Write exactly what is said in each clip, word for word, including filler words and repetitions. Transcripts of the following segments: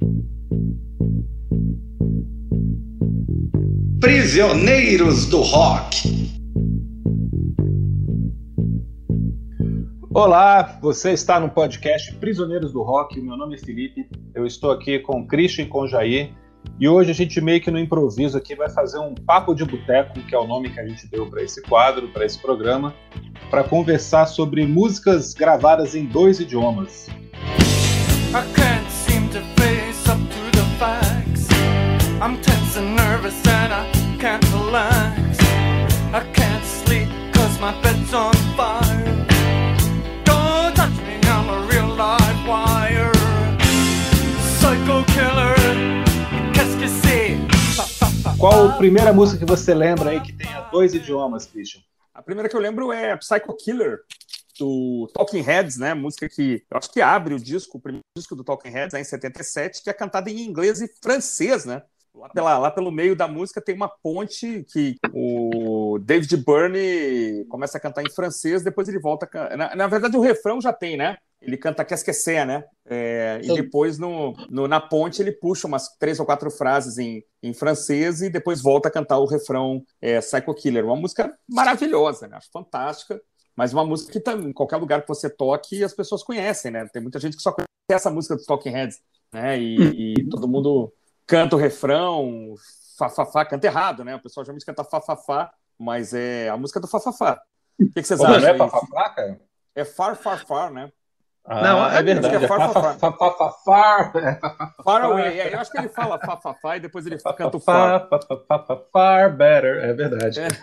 Prisioneiros do Rock. Olá, você está no podcast Prisioneiros do Rock. Meu nome é Felipe, eu estou aqui com o Christian e com o Jair. E hoje a gente meio que no improviso aqui vai fazer um papo de boteco, que é o nome que a gente deu para esse quadro, para esse programa, para conversar sobre músicas gravadas em dois idiomas. I can't seem to face up to the facts. I'm tense and nervous and I can't relax. I can't sleep cause my bed's on fire. Don't touch me, I'm a real live wire. Psycho killer. Qual a primeira música que você lembra aí que tenha dois idiomas, Christian? A primeira que eu lembro é Psycho Killer, do Talking Heads, né? Música que eu acho que abre o disco, o primeiro disco do Talking Heads, né, em setenta e sete, que é cantada em inglês e francês, né? Lá, pela, lá pelo meio da música tem uma ponte que o David Byrne começa a cantar em francês, depois ele volta a... Na, na verdade, o refrão já tem, né? Ele canta Qu'est-ce que c'est, né? É, e depois, no, no, na ponte, ele puxa umas três ou quatro frases em, em francês e depois volta a cantar o refrão é, Psycho Killer. Uma música maravilhosa, né? Acho fantástica, mas uma música que tá, em qualquer lugar que você toque as pessoas conhecem, né? Tem muita gente que só conhece essa música dos Talking Heads, né? E, e todo mundo canta o refrão, fafafá, canta errado, né? O pessoal geralmente canta fafafá, mas é a música do fafafá. O que, que vocês Ô, acham? Não é fafafá, cara? É far, far, far, né? Ah, não, é verdade. É far, far, far. Far, far away. É, eu acho que ele fala fafafá e depois ele canta o far. Far better, é verdade. É.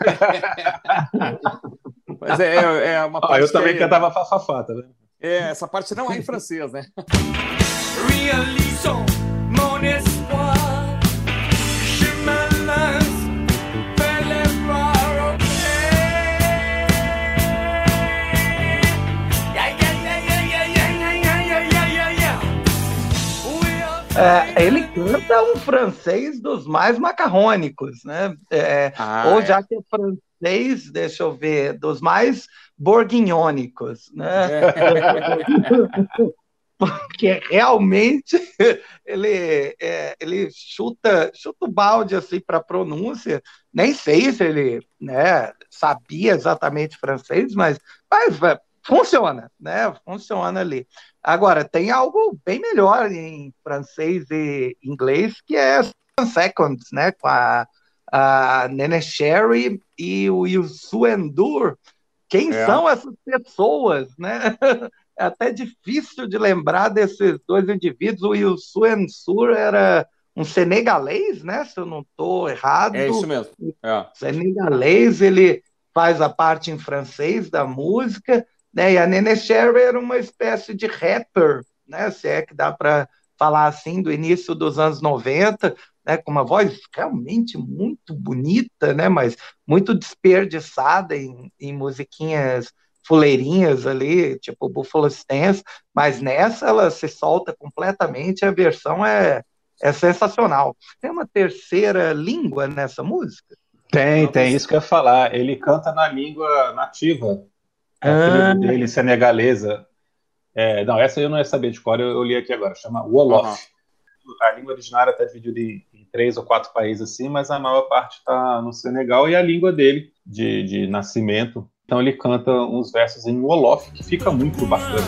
Mas é, é uma parte. Ah, eu também que... cantava fafafá, tá vendo? É, essa parte não é em francês, né? Réalisons mon espoir. Je me lance vers les bras. É, ele canta um francês dos mais macarrônicos, né? É, ah, ou é. já que é francês, deixa eu ver, dos mais bourguignônicos, né? É. Porque realmente ele, é, ele chuta, chuta o balde assim, para a pronúncia. Nem sei se ele, né, sabia exatamente francês, mas, mas funciona, né? Funciona ali. Agora, tem algo bem melhor em francês e inglês, que é Seconds, né? Com a, a Nene Cherry e o Youssou N'Dour. Quem é. são essas pessoas, né? É até difícil de lembrar desses dois indivíduos. O Youssou N'Dour era um senegalês, né? Se eu não estou errado. É isso mesmo. É. Senegalês, ele faz a parte em francês da música, né? E a Nene Cherry era uma espécie de rapper, né? Se é que dá para falar assim, do início dos anos noventa, né? Com uma voz realmente muito bonita, né? Mas muito desperdiçada em, em musiquinhas fuleirinhas ali, tipo Buffalo Stance, mas nessa ela se solta completamente, a versão é, é sensacional. Tem uma terceira língua nessa música? Tem, tem, isso que eu ia falar. Ele canta na língua nativa, ah. dele, senegalesa. É, não, essa eu não ia saber de cor, eu, eu li aqui agora, chama Wolof. Uhum. A língua originária está dividida em, em três ou quatro países assim, mas a maior parte está no Senegal, e a língua dele, de, de nascimento. Então ele canta uns versos em Wolof, que fica muito bacana.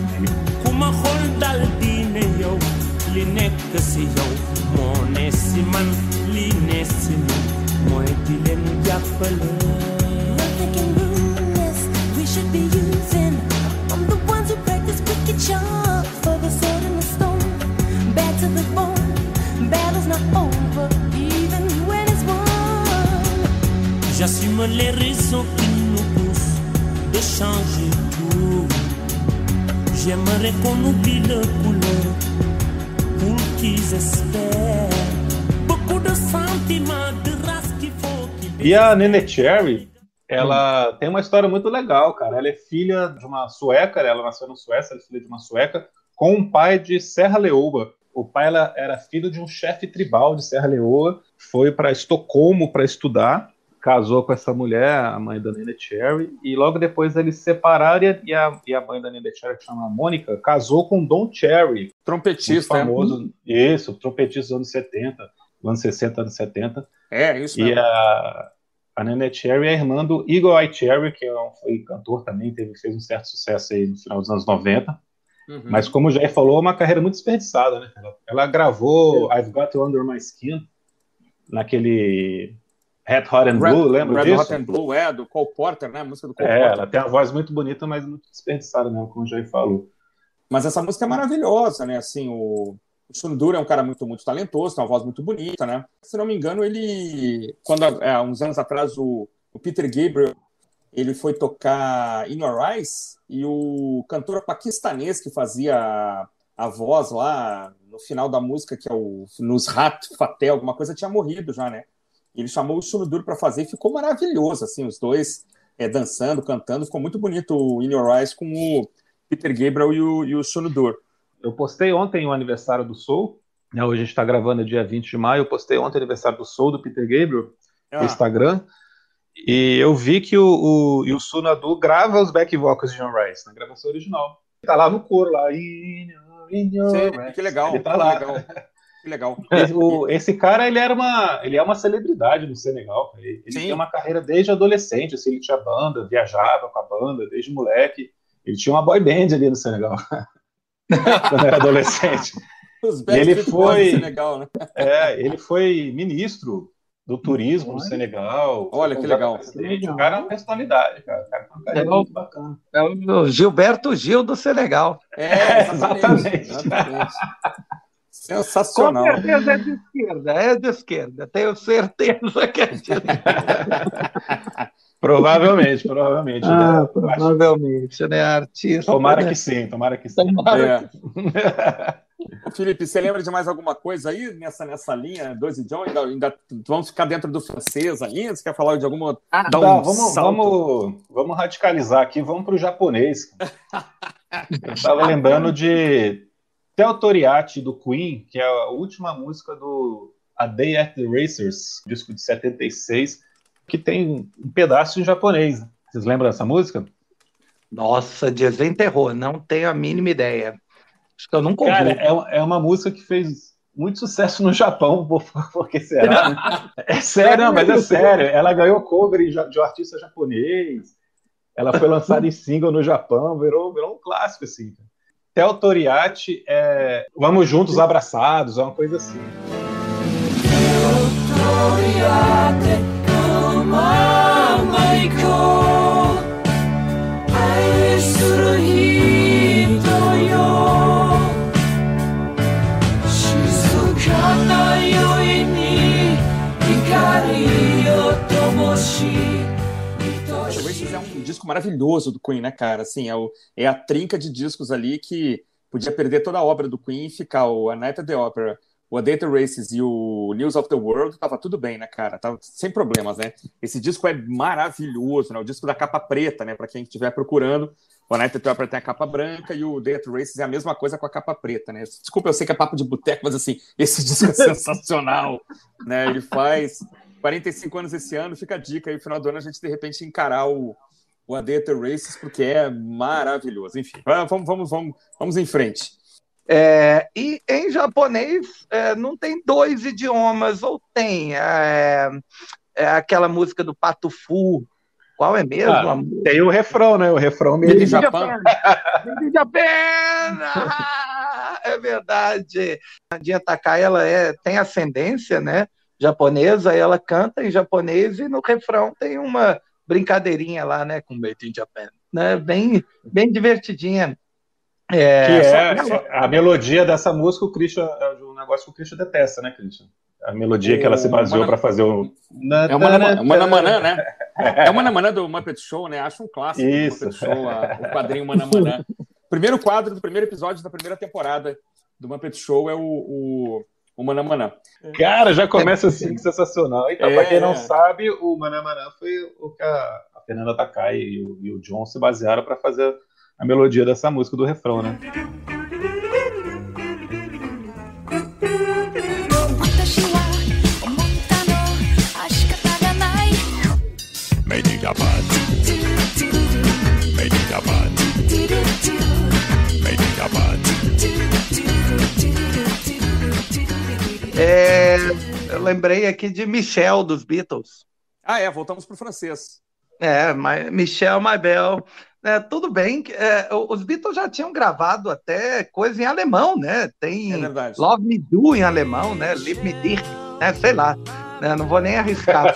J'assume les raisons qui nous poussent de changer tout. J'aimerais qu'on oublie le couleur pour qu'ils espèrent. Beaucoup de sentiments, de race qu'il faut qu'ils... E a Nene Cherry, ela hum. tem uma história muito legal, cara. Ela é filha de uma sueca, ela nasceu na Suécia, ela é filha de uma sueca, com um pai de Serra Leoa. O pai ela, era filho de um chefe tribal de Serra Leoa, foi para Estocolmo para estudar, casou com essa mulher, a mãe da Neneh Cherry, e logo depois eles se separaram e a, e a mãe da Neneh Cherry, que chama Mônica, casou com Don Cherry. Trompetista, famoso, é? Isso, trompetista dos anos setenta, anos sessenta, anos setenta. É, isso mesmo. E a, a Neneh Cherry é a irmã do Eagle Eye Cherry, que é um, foi cantor também, teve, fez um certo sucesso aí no final dos anos noventa. Uhum. Mas como o Jair falou, é uma carreira muito desperdiçada, né? Ela, ela gravou é. I've Got You Under My Skin naquele Red Hot and Blue, Red, lembra Red disso? Red Hot and Blue, é, do Cole Porter, né? A música do Cole é, Porter. Ela tem uma voz muito bonita, mas muito desperdiçada mesmo, como o Jair falou. Mas essa música é maravilhosa, né? Assim, o, o Sundur é um cara muito, muito talentoso, tem uma voz muito bonita, né? Se não me engano, ele... Quando, é, uns anos atrás, o, o Peter Gabriel, ele foi tocar In Your Eyes, e o cantor paquistanês que fazia a, a voz lá no final da música, que é o Nusrat Fateh, alguma coisa, tinha morrido já, né? Ele chamou o Sundur para fazer e ficou maravilhoso, assim, os dois é, dançando, cantando, ficou muito bonito o In Your Eyes com o Peter Gabriel e o, e o Sundur. Eu postei ontem o aniversário do Soul, né, hoje a gente está gravando dia vinte de maio, eu postei ontem o aniversário do Soul do Peter Gabriel ah. no Instagram, e eu vi que o, o, e o Sundur grava os back vocals de In Your Eyes, na gravação original. Ele tá lá no coro, lá, In Your, in your Sim, que legal, ele tá lá. Que legal. Que legal. Esse, o, esse cara, ele era uma, ele é uma celebridade no Senegal. Ele, ele tem uma carreira desde adolescente, assim, ele tinha banda, viajava com a banda desde moleque. Ele tinha uma boy band ali no Senegal, quando era adolescente. Os e ele foi, do Senegal, né? é, ele foi ministro do turismo no Senegal. Olha que legal. O cara é uma personalidade, cara. O cara é uma carreira é o, muito bacana. É o Gilberto Gil do Senegal. É, exatamente. exatamente. Sensacional. Com certeza é de esquerda, é de esquerda. Tenho certeza que é de esquerda. Provavelmente, provavelmente. Ah, né? provavelmente, né? Artista. Tomara né? que sim, tomara que sim. Tomara é. que sim. Felipe, você lembra de mais alguma coisa aí nessa, nessa linha? Dois idiomas? Ainda, ainda vamos ficar dentro do francês ainda? Você quer falar de alguma. Ah, dar tá, um vamos, salto? vamos, vamos radicalizar aqui, vamos para o japonês. Eu estava lembrando de Tell Toriati do Queen, que é a última música do A Day at the Racers, disco de setenta e seis, que tem um pedaço em japonês. Vocês lembram dessa música? Nossa, desenterrou, não tenho a mínima ideia. Acho que eu nunca ouvi. Cara, é, é uma música que fez muito sucesso no Japão, por, por que será? É sério, não, mas é sério. Ela ganhou cover de um artista japonês, ela foi lançada em single no Japão, virou, virou um clássico, assim. Tell Toriati é Vamos Juntos Abraçados, é uma coisa assim. Esse é um disco maravilhoso do Queen, né, cara? Assim, é, o, é a trinca de discos ali que podia perder toda a obra do Queen e ficar o A Night at the Opera, o A Day at the Races e o News of the World, tava tudo bem, né, cara? Tava sem problemas, né? Esse disco é maravilhoso, né? O disco da capa preta, né? Pra quem estiver procurando, o A Night at the Opera tem a capa branca e o Day at the Races é a mesma coisa com a capa preta, né? Desculpa, eu sei que é papo de boteco, mas assim, esse disco é sensacional, né? Ele faz quarenta e cinco anos esse ano, fica a dica aí, no final do ano a gente de repente encarar o, o A Day at the Races, porque é maravilhoso. Enfim, vamos, vamos, vamos, vamos em frente. É, e em japonês é, não tem dois idiomas, ou tem? É, é aquela música do Pato Fu. Qual é mesmo? Ah, tem o refrão, né? O refrão mesmo. Made in Japan. Made in Japan! Ah, é verdade. A Dinha Takai, ela é, tem ascendência, né? Japonesa, ela canta em japonês e no refrão tem uma brincadeirinha lá, né? Com Made in Japan. Né? Bem, bem divertidinha. É, que é a melodia dessa música, o Christian, é um negócio que o Christian detesta, né, Christian? A melodia o... que ela se baseou para fazer o... É o Manamanã, né? É o Manamanã do Muppet Show, né? Acho um clássico Isso. do Muppet Show, a, o quadrinho Manamanã. Primeiro quadro do primeiro episódio da primeira temporada do Muppet Show é o, o, o Manamanã. Cara, já começa assim, que sensacional. Então, é, para quem não sabe, o Manamanã foi o que a, a Fernanda Takai e o, e o John se basearam para fazer a melodia dessa música do refrão, né? É, eu lembrei aqui de Michel, dos Beatles. Ah, é, voltamos pro francês. É, my, Michel Maibel. É, tudo bem, que, é, os Beatles já tinham gravado até coisa em alemão, né? Tem É verdade. Love Me Do em alemão, né? Live Me Dir, né? Sei lá. Né? Não vou nem arriscar.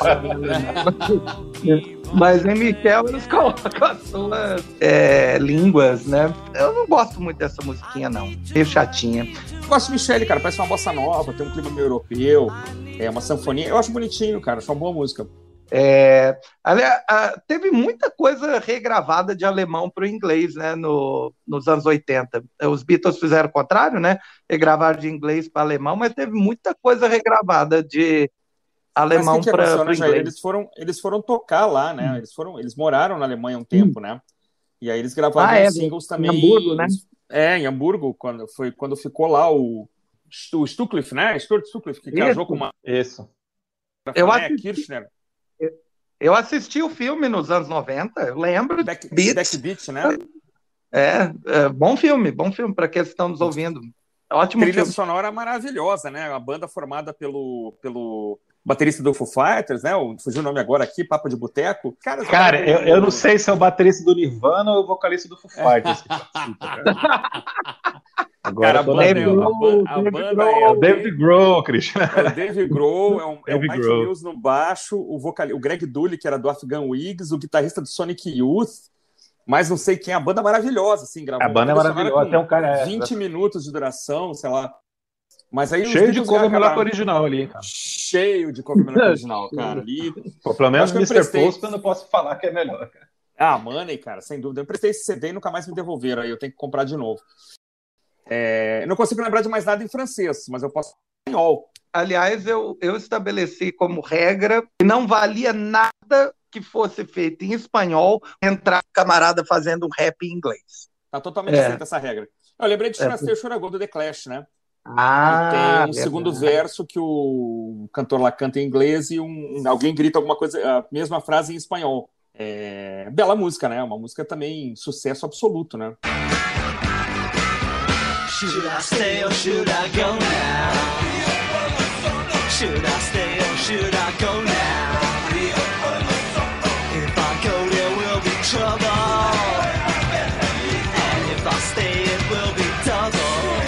Mas em Michel eles colocam as suas é, línguas, né? Eu não gosto muito dessa musiquinha, não. Meio chatinha. Eu gosto de Michele, cara. Parece uma bossa nova, tem um clima meio europeu, é uma sanfonia. Eu acho bonitinho, cara. Acho uma boa música. É, aliás, teve muita coisa regravada de alemão para o inglês, né, no, nos anos oitenta. Os Beatles fizeram o contrário, né, regravaram de inglês para alemão, mas teve muita coisa regravada de alemão para o inglês. Eles foram, eles foram tocar lá, né, hum. eles, foram, eles moraram na Alemanha um tempo, hum. né, e aí eles gravaram ah, é, singles também. Em Hamburgo, né? É, em Hamburgo, quando, foi quando ficou lá o, o Stuckliffe, né, Stuart Stuckliffe, que Isso. casou com uma... Isso. Eu né, assisti... Kirchner. Eu assisti o filme nos anos noventa, eu lembro. Back, Back Beat, né? É, é, bom filme, bom filme para aqueles que estão nos ouvindo. Ótimo Trilha filme. sonora maravilhosa, né? A banda formada pelo, pelo baterista do Foo Fighters, né? O, fugiu o nome agora aqui, Papo de Boteco. Cara, cara eu, eu não sei se é o baterista do Nirvana ou o vocalista do Foo Fighters. Agora, cara, a banda, é, a, a banda é o David Grohl, Christian. É o David Grohl, é, um, é o Mike Grohl. Mills no baixo, o, vocal, o Greg Dulli, que era do Afghan Wigs, o guitarrista do Sonic Youth, mas não sei quem, a banda maravilhosa, assim, gravou. A banda é maravilhosa, tem um cara... vinte é, minutos de duração, sei lá. Mas aí cheio de cover melhor que original ali, cara. Cheio de cover melhor que original, cara. Ali... Pô, pelo menos o mister Postman eu não posso falar que é melhor, cara. Ah, Money, cara, sem dúvida. Eu prestei esse C D e nunca mais me devolveram, aí eu tenho que comprar de novo. É, eu não consigo lembrar de mais nada em francês, mas eu posso em espanhol. Aliás, eu, eu estabeleci como regra que não valia nada que fosse feito em espanhol entrar camarada fazendo um rap em inglês. Tá totalmente é. aceita essa regra. Eu lembrei de Churasteio é. Choragol do The Clash, né? Ah, e tem um verdade. segundo verso que o cantor lá canta em inglês e um, alguém grita alguma coisa, a mesma frase em espanhol. É, bela música, né? Uma música também sucesso absoluto, né? Should I stay or should I go now? Should I stay or should I go now? If I go there will be trouble, and if I stay it will be double.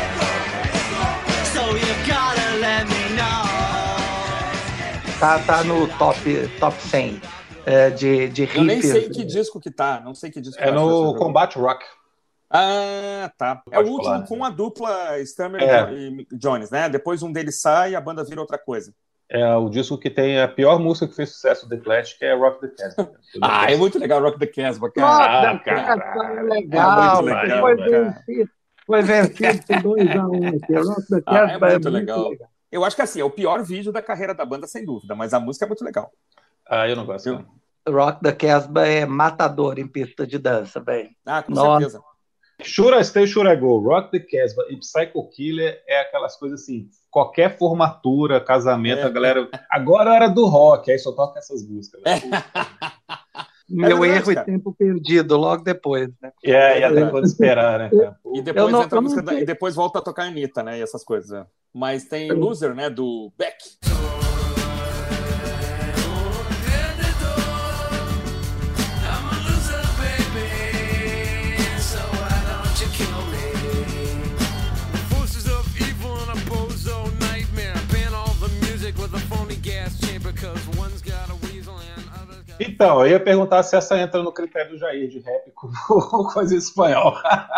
So you gotta let me know. Tá, tá no top, top cem é, de, de riffs. Eu nem sei que disco que tá, não sei que disco é tá no Combat Rock. Ah, tá. É o último falar, com a dupla Stammer é. e Jones, né? Depois um deles sai e a banda vira outra coisa. É o disco que tem a pior música que fez sucesso do The Clash, que é Rock the Casbah. Ah, é muito legal Rock the Casbah, cara. Rock the Casbah é legal. É legal foi, vencido, foi vencido por dois a um aqui. Rock the Casbah ah, é, muito, é muito legal. legal. Eu acho que assim, é o pior vídeo da carreira da banda, sem dúvida, mas a música é muito legal. Ah, eu não gosto. Eu... Rock the Casbah é matador em pista de dança, velho. Ah, com Nossa. certeza. Churasteio Churagol, Rock the Casbah e Psycho Killer é aquelas coisas assim, qualquer formatura, casamento, é. a galera, agora era do rock, aí só toca essas músicas. Né? Meu é erro e tempo perdido, logo depois, né? É, e até quando esperar, né? Cara? E depois, não, entra a música da, e depois volta a tocar a Anitta, né? E essas coisas. Né? Mas tem Loser, né? Do Beck. Então, eu ia perguntar se essa entra no critério do Jair de rap com coisa em espanhol.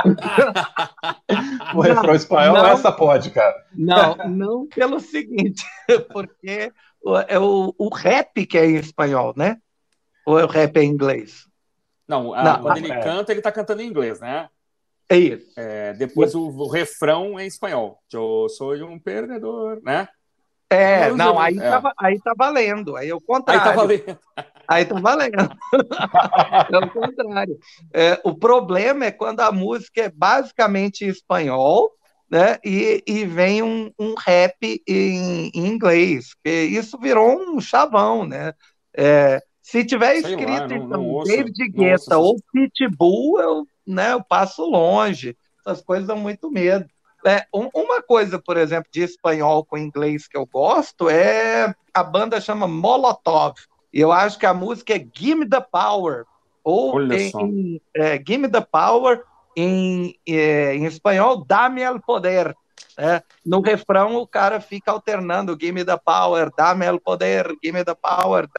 O refrão espanhol, não, essa pode, cara. Não, não pelo seguinte, porque é o, o rap que é em espanhol, né? Ou é o rap em inglês? Não, a, não quando ele é. canta, ele tá cantando em inglês, né? É isso. É, depois o, o refrão é em espanhol. Eu sou um perdedor, né? É, não, aí, é. Tá, aí tá valendo, aí é o contrário. Aí tá valendo. Aí tá valendo. É o contrário. É, o problema é quando a música é basicamente em espanhol, né, e, e vem um, um rap em, em inglês, que isso virou um chavão, né? É, se tiver Sei escrito, lá, não, então, não ouço, David Guetta ou Pitbull, eu, né, eu passo longe. Essas coisas dão muito medo. É, um, uma coisa, por exemplo, de espanhol com inglês que eu gosto é a banda chama Molotov. E eu acho que a música é Gimme the Power. Ou em, em, é, Gimme the Power, em, é, em espanhol, Dame el Poder. É, no refrão, o cara fica alternando Gimme the Power, Dame el Poder, Gimme the Power.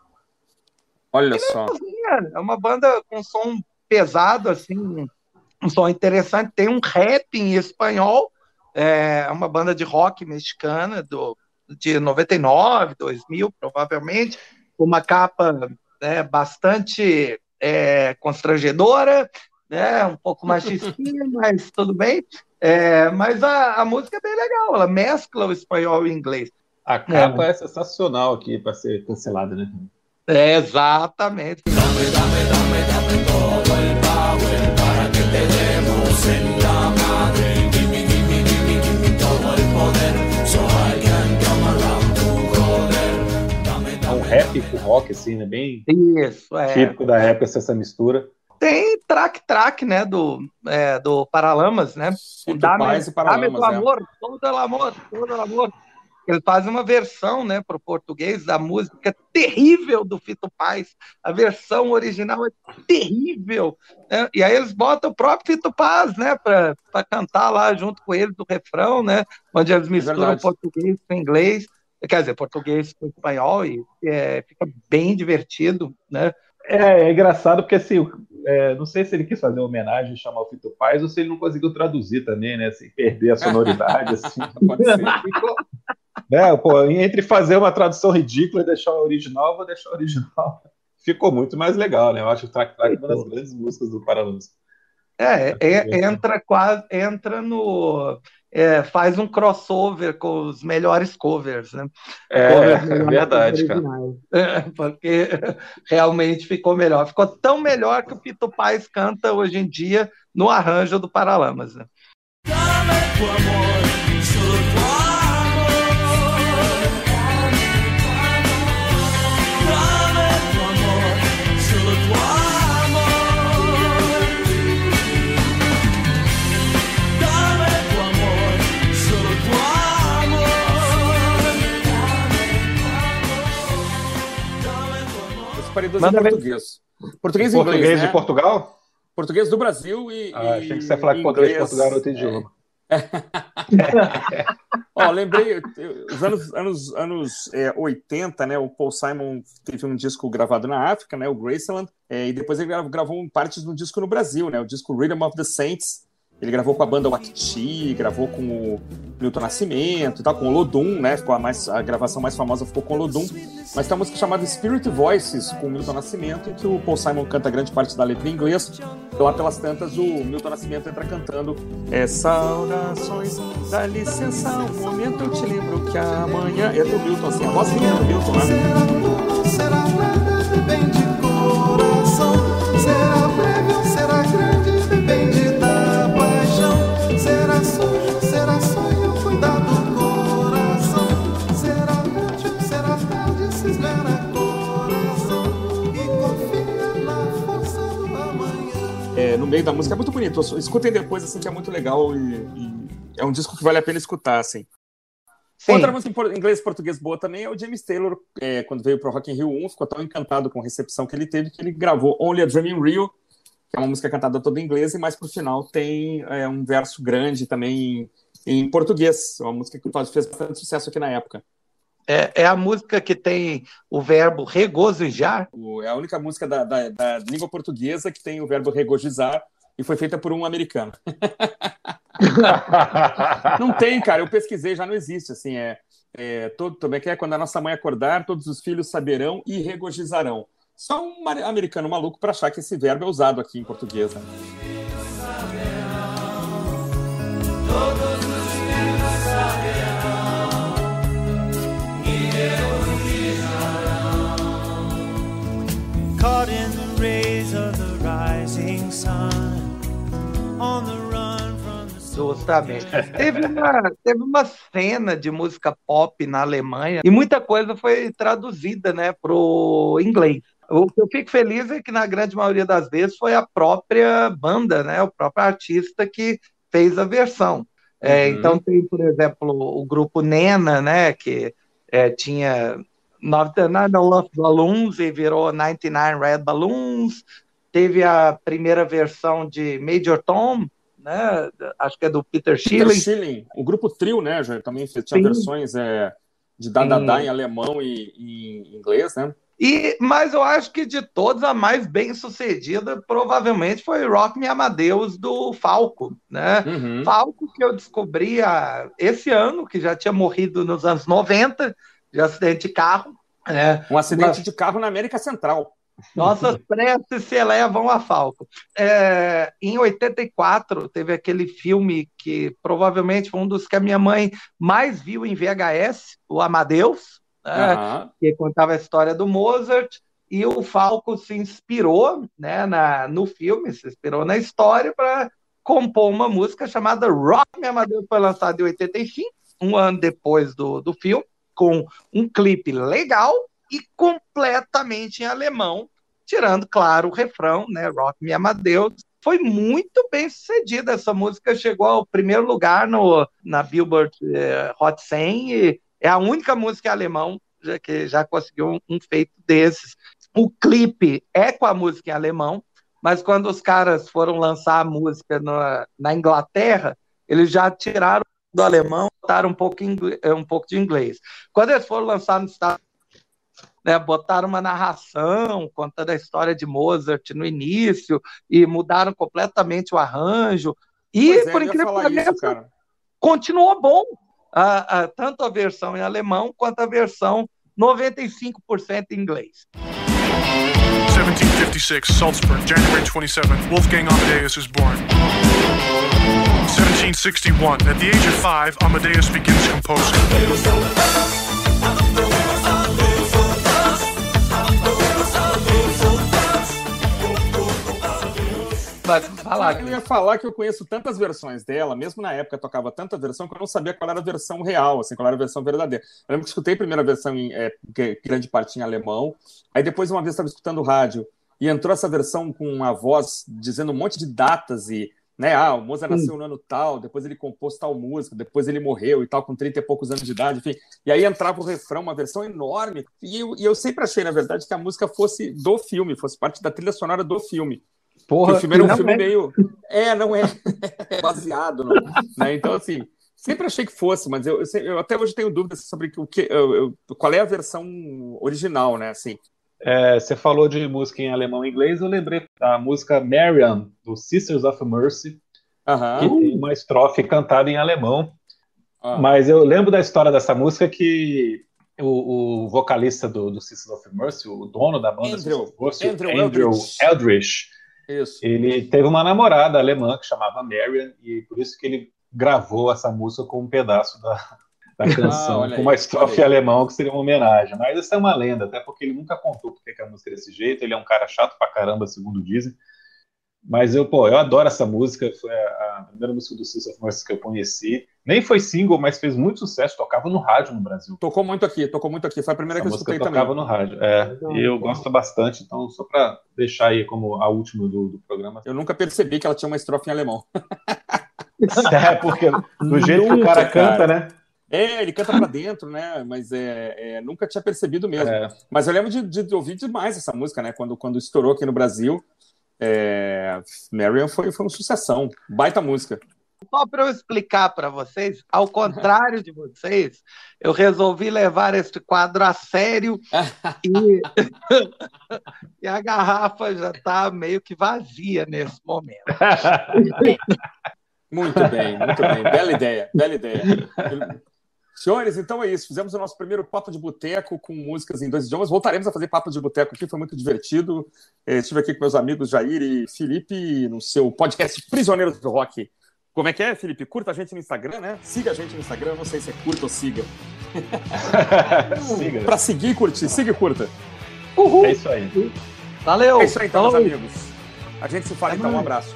Olha só. É uma banda com som pesado, assim, um som interessante. Tem um rap em espanhol, é uma banda de rock mexicana do, de noventa e nove, dois mil, provavelmente, uma capa né, bastante é, constrangedora, né, um pouco machistinha, mas tudo bem. É, mas a, a música é bem legal, ela mescla o espanhol e o inglês. A capa é, é sensacional aqui para ser cancelada, né? É, exatamente. Dame, dame, dame, dame todo el power para que te demos en la madre. Gimme, gimme, gimme, gimme todo el poder, so I can come around to joder. Dame, dame, é um rap com rock, assim, né? Bem Isso, é. típico da época, essa mistura. Tem track-track, né, do, é, do Paralamas, né? Dame, e Dame do amor, é. todo o amor, todo o amor. Ele faz uma versão, né, para o português da música terrível do Fito Paz. A versão original é terrível. Né? E aí eles botam o próprio Fito Paz, né, para cantar lá junto com ele do refrão, né, onde eles misturam é português com inglês, quer dizer, português com espanhol, e é, fica bem divertido, né? É, é engraçado porque assim, é, não sei se ele quis fazer uma homenagem e chamar o Fito Paz ou se ele não conseguiu traduzir também, né? Sem perder a sonoridade, assim. Pode ser. Ficou, né, pô, entre fazer uma tradução ridícula e deixar o original, eu vou deixar o original. Ficou muito mais legal, né? Eu acho que o Track Track é uma das grandes músicas do Paralamas. É, é, entra quase, entra no... É, faz um crossover com os melhores covers, né? É, covers é verdade, cara. É, porque realmente ficou melhor. Ficou tão melhor que o Fito Paz canta hoje em dia no arranjo do Paralamas, né? Dos português. Português e inglês, português né? de Portugal? Português do Brasil e. Ah, e achei que você ia falar que português de Portugal era outro idioma. É. Ó, lembrei, os anos, anos, anos é, oitenta, né? O Paul Simon teve um disco gravado na África, né? O Graceland, é, e depois ele gravou, gravou partes de um disco no Brasil, né? O disco Rhythm of the Saints. Ele gravou com a banda Wakti, gravou com o Milton Nascimento e tal, com o Lodum, né? Ficou a, mais, a gravação mais famosa ficou com o Lodum. Mas tem uma música chamada Spirit Voices, com o Milton Nascimento, em que o Paul Simon canta grande parte da letra em inglês. E lá pelas tantas, o Milton Nascimento entra cantando é, saudações, dá licença um momento, eu te lembro que amanhã... É do Milton, assim, a vozinha do Milton, né? Será breve, bem de coração. Será breve, será grande, depende da paixão. Será sujo, será sonho, cuidado do coração. Será útil, será tarde, se esmera coração. E confia na força do amanhã. É, no meio da música é muito bonito. Escutem depois, assim, que é muito legal e, e é um disco que vale a pena escutar, assim. Sim. Outra música em inglês e português boa também é o James Taylor, é, quando veio pro Rock in Rio um, ficou tão encantado com a recepção que ele teve que ele gravou Only a Dream in Rio, que é uma música cantada toda em inglês, mas pro final tem é, um verso grande também em, em português. É uma música que fez bastante sucesso aqui na época. É, é a música que tem o verbo regozijar? O, é a única música da, da, da língua portuguesa que tem o verbo regozijar e foi feita por um americano. Não tem, cara, eu pesquisei, já não existe, assim, é, é todo, também que é quando a nossa mãe acordar, todos os filhos saberão e regozijarão. Só um americano maluco para achar que esse verbo é usado aqui em português, né? Todos os filhos saberão e regozijarão. Caught in the rays of the rising sun, on the run. Justamente. Teve uma, teve uma cena de música pop na Alemanha e muita coisa foi traduzida, né, pro inglês. O que eu fico feliz é que na grande maioria das vezes foi a própria banda, né, o próprio artista que fez a versão. É, Uhum. Então tem, por exemplo, o grupo Nena, né, que é, tinha noventa e nove Love Balloons e virou noventa e nove Red Balloons. Teve a primeira versão de Major Tom, né, acho que é do Peter Peter Schilling. Schilling, o grupo Trio, né, já também tinha Sim. versões é, de Dadadá Sim. em alemão e, e em inglês, né? E, mas eu acho que de todas a mais bem sucedida provavelmente foi Rock Me Amadeus do Falco, né? Uhum. Falco que eu descobri a, esse ano, que já tinha morrido nos anos noventa de acidente de carro. Né? Um acidente Mas de carro na América Central. nossas preces se elevam a Falco. É, em oitenta e quatro teve aquele filme que provavelmente foi um dos que a minha mãe mais viu em V H S, o Amadeus, né, Uhum. que contava a história do Mozart, e o Falco se inspirou, né, na, no filme, se inspirou na história para compor uma música chamada Rock Me Amadeus, foi lançada em oitenta e cinco, um ano depois do, do filme, com um clipe legal e completamente em alemão, tirando, claro, o refrão, né, Rock Me Amadeus. Foi muito bem sucedida, essa música chegou ao primeiro lugar no, na Billboard eh, Hot cem, e é a única música em alemão já, que já conseguiu um, um feito desses. O clipe é com a música em alemão, mas quando os caras foram lançar a música na, na Inglaterra, eles já tiraram do alemão, botaram um pouco, inglês, um pouco de inglês. Quando eles foram lançar nos Estados Unidos, né, botaram uma narração contando a história de Mozart no início e mudaram completamente o arranjo. E, Pois é, por eu ia incrível que falar isso, pareça, cara. continuou bom. A, a, tanto a versão em alemão quanto a versão noventa e cinco por cento em inglês. seventeen fifty-six, Salzburg, January twenty-seventh, Wolfgang Amadeus is born. seventeen sixty-one, at the age of five, Amadeus begins composing. Mas falar Eu ia falar que eu conheço tantas versões dela, mesmo na época eu tocava tanta versão, que eu não sabia qual era a versão real, assim, qual era a versão verdadeira. Eu lembro que escutei a primeira versão em é, grande parte em alemão, aí depois uma vez estava escutando rádio e entrou essa versão com uma voz dizendo um monte de datas e, né, ah, o Mozart nasceu no ano tal, depois ele compôs tal música, depois ele morreu e tal, com trinta e poucos anos de idade, enfim. E aí entrava o refrão, uma versão enorme, e eu, e eu sempre achei, na verdade, que a música fosse do filme, fosse parte da trilha sonora do filme. Porra, o filme era um não filme é. meio... É, não é. É baseado, no... né? Então, assim, sempre achei que fosse, mas eu, eu, eu até hoje tenho dúvidas sobre o que, eu, eu, qual é a versão original, né? Assim. É, você falou de música em alemão e inglês, eu lembrei da música Marian, do Sisters of Mercy, Aham. que tem uma estrofe cantada em alemão. Ah. Mas eu lembro da história dessa música que o, o vocalista do, do Sisters of Mercy, o dono da banda Andrew. Sisters of Mercy, Andrew Andrew Eldridge. Eldridge, Isso. ele teve uma namorada alemã que chamava Marian, e por isso que ele gravou essa música com um pedaço da, da canção, olha com aí, uma estrofe olha aí. alemão que seria uma homenagem. Mas isso é uma lenda, até porque ele nunca contou porque que a música é desse jeito, ele é um cara chato pra caramba, segundo dizem. Mas eu, pô, eu adoro essa música, foi a, a primeira música do Sisters of Mercy que eu conheci. Nem foi single, mas fez muito sucesso, tocava no rádio no Brasil. Tocou muito aqui, tocou muito aqui. Foi a primeira Essa que eu música escutei tocava também. no rádio, é, e eu gosto bastante, então só pra deixar aí como a última do, do programa. Eu nunca percebi que ela tinha uma estrofe em alemão. É, porque do jeito que o Nunca, cara canta, cara. né? É, ele canta pra dentro, né? Mas é, é, nunca tinha percebido mesmo. É. Mas eu lembro de, de ouvir demais essa música, né? Quando, quando estourou aqui no Brasil. É... Marian foi, foi uma sucessão. Baita música. Só para eu explicar para vocês, ao contrário de vocês, eu resolvi levar este quadro a sério e, e a garrafa já está meio que vazia nesse momento. Muito bem, muito bem. Bela ideia, bela ideia. Senhores, então é isso. Fizemos o nosso primeiro Papo de Boteco com músicas em dois idiomas. Voltaremos a fazer Papo de Boteco aqui, foi muito divertido. Eh, estive aqui com meus amigos Jair e Felipe no seu podcast Prisioneiros do Rock. Como é que é, Felipe? Curta a gente no Instagram, né? Siga a gente no Instagram, não sei se é curta ou siga. Siga. Para seguir e curtir, siga e curta. Uhul! É isso aí. Valeu! É isso aí, então, meus Falou. amigos. A gente se fala, É então. Um nóis. abraço.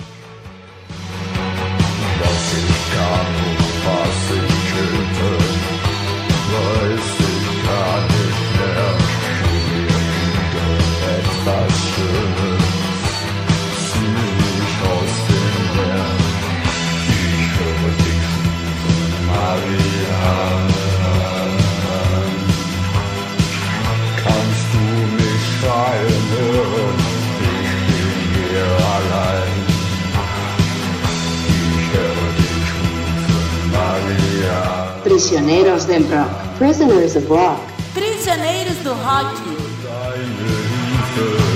Prisioneiros del Rock. Prisoners of Rock. Prisioneiros do Rock.